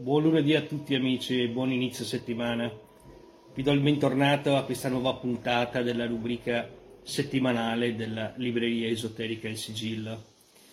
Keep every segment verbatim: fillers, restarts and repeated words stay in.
Buon lunedì a tutti amici e buon inizio settimana. Vi do il bentornato a questa nuova puntata della rubrica settimanale della libreria esoterica Il Sigillo.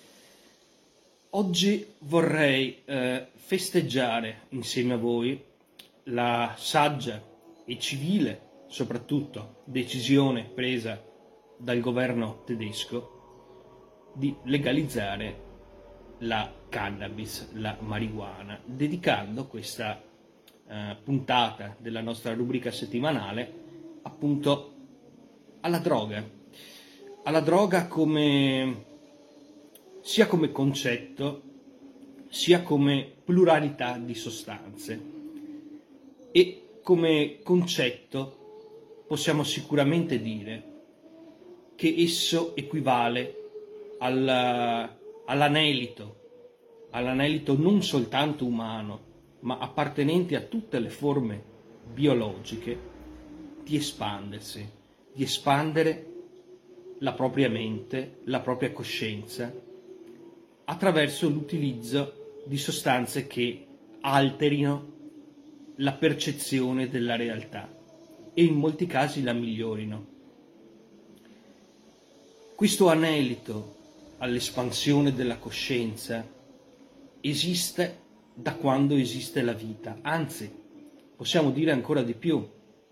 Oggi vorrei eh, festeggiare insieme a voi la saggia e civile, soprattutto, decisione presa dal governo tedesco di legalizzare la cannabis, la marijuana, dedicando questa eh, puntata della nostra rubrica settimanale appunto alla droga, alla droga come sia come concetto sia come pluralità di sostanze. E come concetto possiamo sicuramente dire che esso equivale alla all'anelito, all'anelito non soltanto umano, ma appartenente a tutte le forme biologiche, di espandersi, di espandere la propria mente, la propria coscienza, attraverso l'utilizzo di sostanze che alterino la percezione della realtà e in molti casi la migliorino. Questo anelito all'espansione della coscienza esiste da quando esiste la vita, anzi, possiamo dire ancora di più,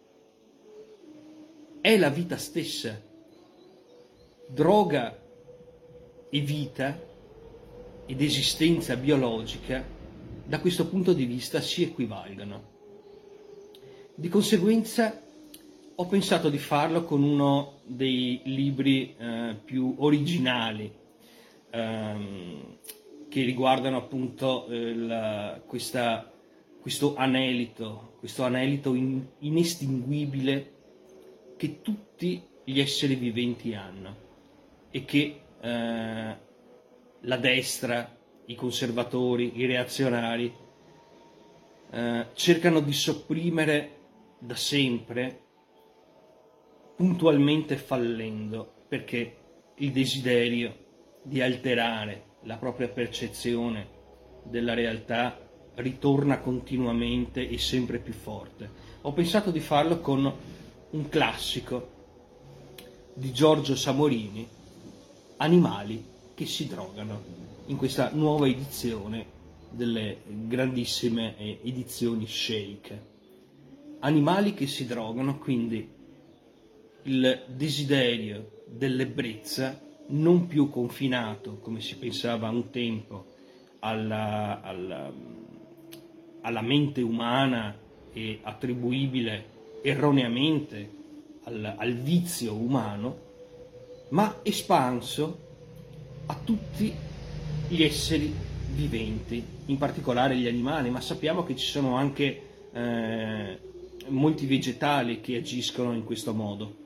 è la vita stessa. Droga e vita ed esistenza biologica da questo punto di vista si equivalgono. Di conseguenza ho pensato di farlo con uno dei libri eh, più originali Ehm, che riguardano appunto eh, la, questa, questo anelito, questo anelito in, inestinguibile che tutti gli esseri viventi hanno e che eh, la destra, i conservatori, i reazionari eh, cercano di sopprimere da sempre, puntualmente fallendo, perché il desiderio di alterare la propria percezione della realtà ritorna continuamente e sempre più forte. Ho pensato di farlo con un classico di Giorgio Samorini, Animali che si drogano, in questa nuova edizione delle grandissime edizioni Shake. Animali che si drogano, quindi il desiderio dell'ebbrezza non più confinato, come si pensava un tempo, alla, alla, alla mente umana e attribuibile erroneamente al, al vizio umano, ma espanso a tutti gli esseri viventi, in particolare gli animali, ma sappiamo che ci sono anche eh, molti vegetali che agiscono in questo modo.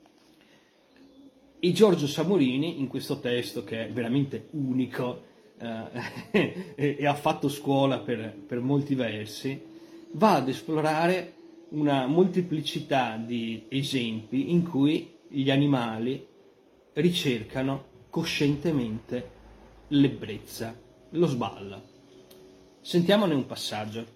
E Giorgio Samorini, in questo testo che è veramente unico eh, e, e ha fatto scuola per, per molti versi, va ad esplorare una molteplicità di esempi in cui gli animali ricercano coscientemente l'ebbrezza, lo sballo. Sentiamone un passaggio.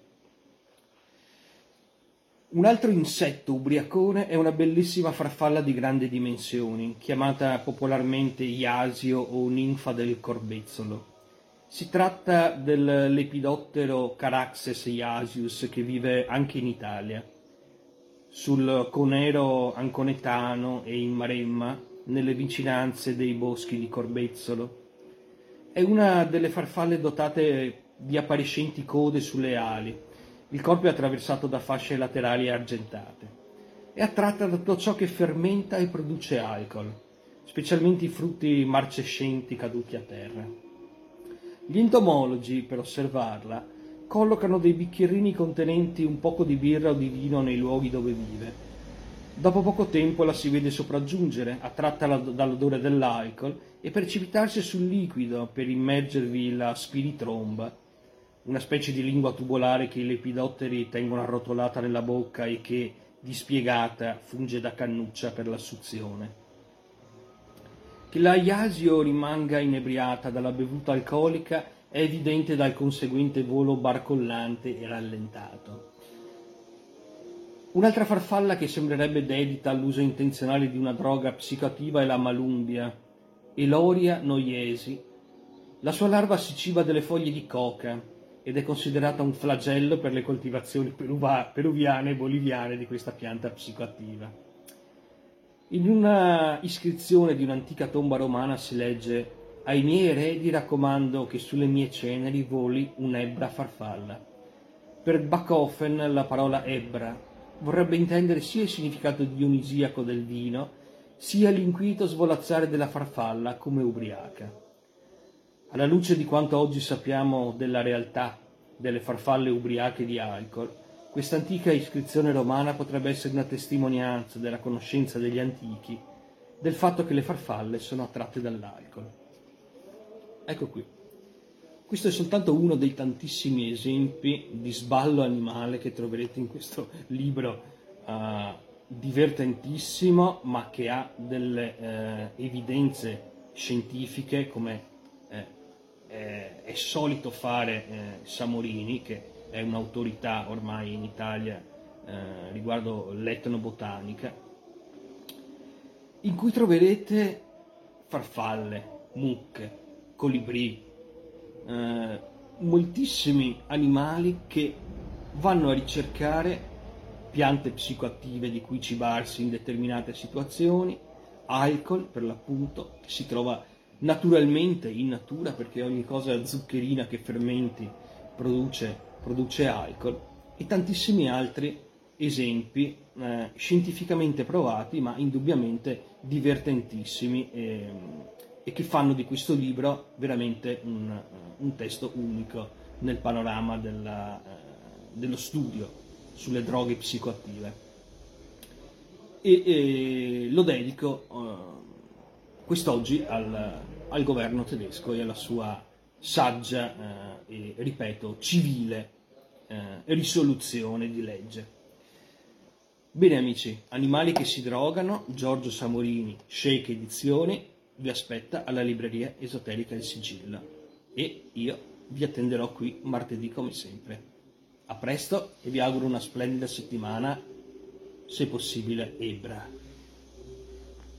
Un altro insetto ubriacone è una bellissima farfalla di grandi dimensioni, chiamata popolarmente iasio o ninfa del corbezzolo. Si tratta del lepidottero Charaxes iasius che vive anche in Italia, sul Conero anconetano e in Maremma, nelle vicinanze dei boschi di Corbezzolo. È una delle farfalle dotate di appariscenti code sulle ali. Il corpo è attraversato da fasce laterali argentate. È attratta da tutto ciò che fermenta e produce alcol, specialmente i frutti marcescenti caduti a terra. Gli entomologi, per osservarla, collocano dei bicchierini contenenti un poco di birra o di vino nei luoghi dove vive. Dopo poco tempo la si vede sopraggiungere, attratta dall'odore dell'alcol, e precipitarsi sul liquido per immergervi la spiritromba, una specie di lingua tubolare che i lepidotteri tengono arrotolata nella bocca e che, dispiegata, funge da cannuccia per la suzione. Che la Iasio rimanga inebriata dalla bevuta alcolica è evidente dal conseguente volo barcollante e rallentato. Un'altra farfalla che sembrerebbe dedita all'uso intenzionale di una droga psicoattiva è la malumbia, Eloria noiesi. La sua larva si ciba delle foglie di coca ed è considerata un flagello per le coltivazioni peruva- peruviane e boliviane di questa pianta psicoattiva. In una iscrizione di un'antica tomba romana si legge: ai miei eredi raccomando che sulle mie ceneri voli un'ebbra farfalla. Per Bachofen la parola ebbra vorrebbe intendere sia il significato dionisiaco del vino, sia l'inquieto svolazzare della farfalla come ubriaca. Alla luce di quanto oggi sappiamo della realtà delle farfalle ubriache di alcol, questa antica iscrizione romana potrebbe essere una testimonianza della conoscenza degli antichi del fatto che le farfalle sono attratte dall'alcol. Ecco qui. Questo è soltanto uno dei tantissimi esempi di sballo animale che troverete in questo libro uh, divertentissimo, ma che ha delle uh, evidenze scientifiche, come eh, è, è solito fare eh, Samorini, che è un'autorità ormai in Italia eh, riguardo l'etnobotanica, in cui troverete farfalle, mucche, colibrì, eh, moltissimi animali che vanno a ricercare piante psicoattive di cui cibarsi in determinate situazioni, alcol per l'appunto, che si trova naturalmente in natura perché ogni cosa zuccherina che fermenti produce, produce alcol, e tantissimi altri esempi eh, scientificamente provati ma indubbiamente divertentissimi e, e che fanno di questo libro veramente un, un testo unico nel panorama della, eh, dello studio sulle droghe psicoattive. E, e lo dedico eh, quest'oggi al, al governo tedesco e alla sua saggia eh, e, ripeto, civile eh, risoluzione di legge. Bene amici, Animali che si drogano, Giorgio Samorini, Shake Edizioni, vi aspetta alla libreria esoterica Il Sigillo e io vi attenderò qui martedì come sempre. A presto e vi auguro una splendida settimana, se possibile ebbra.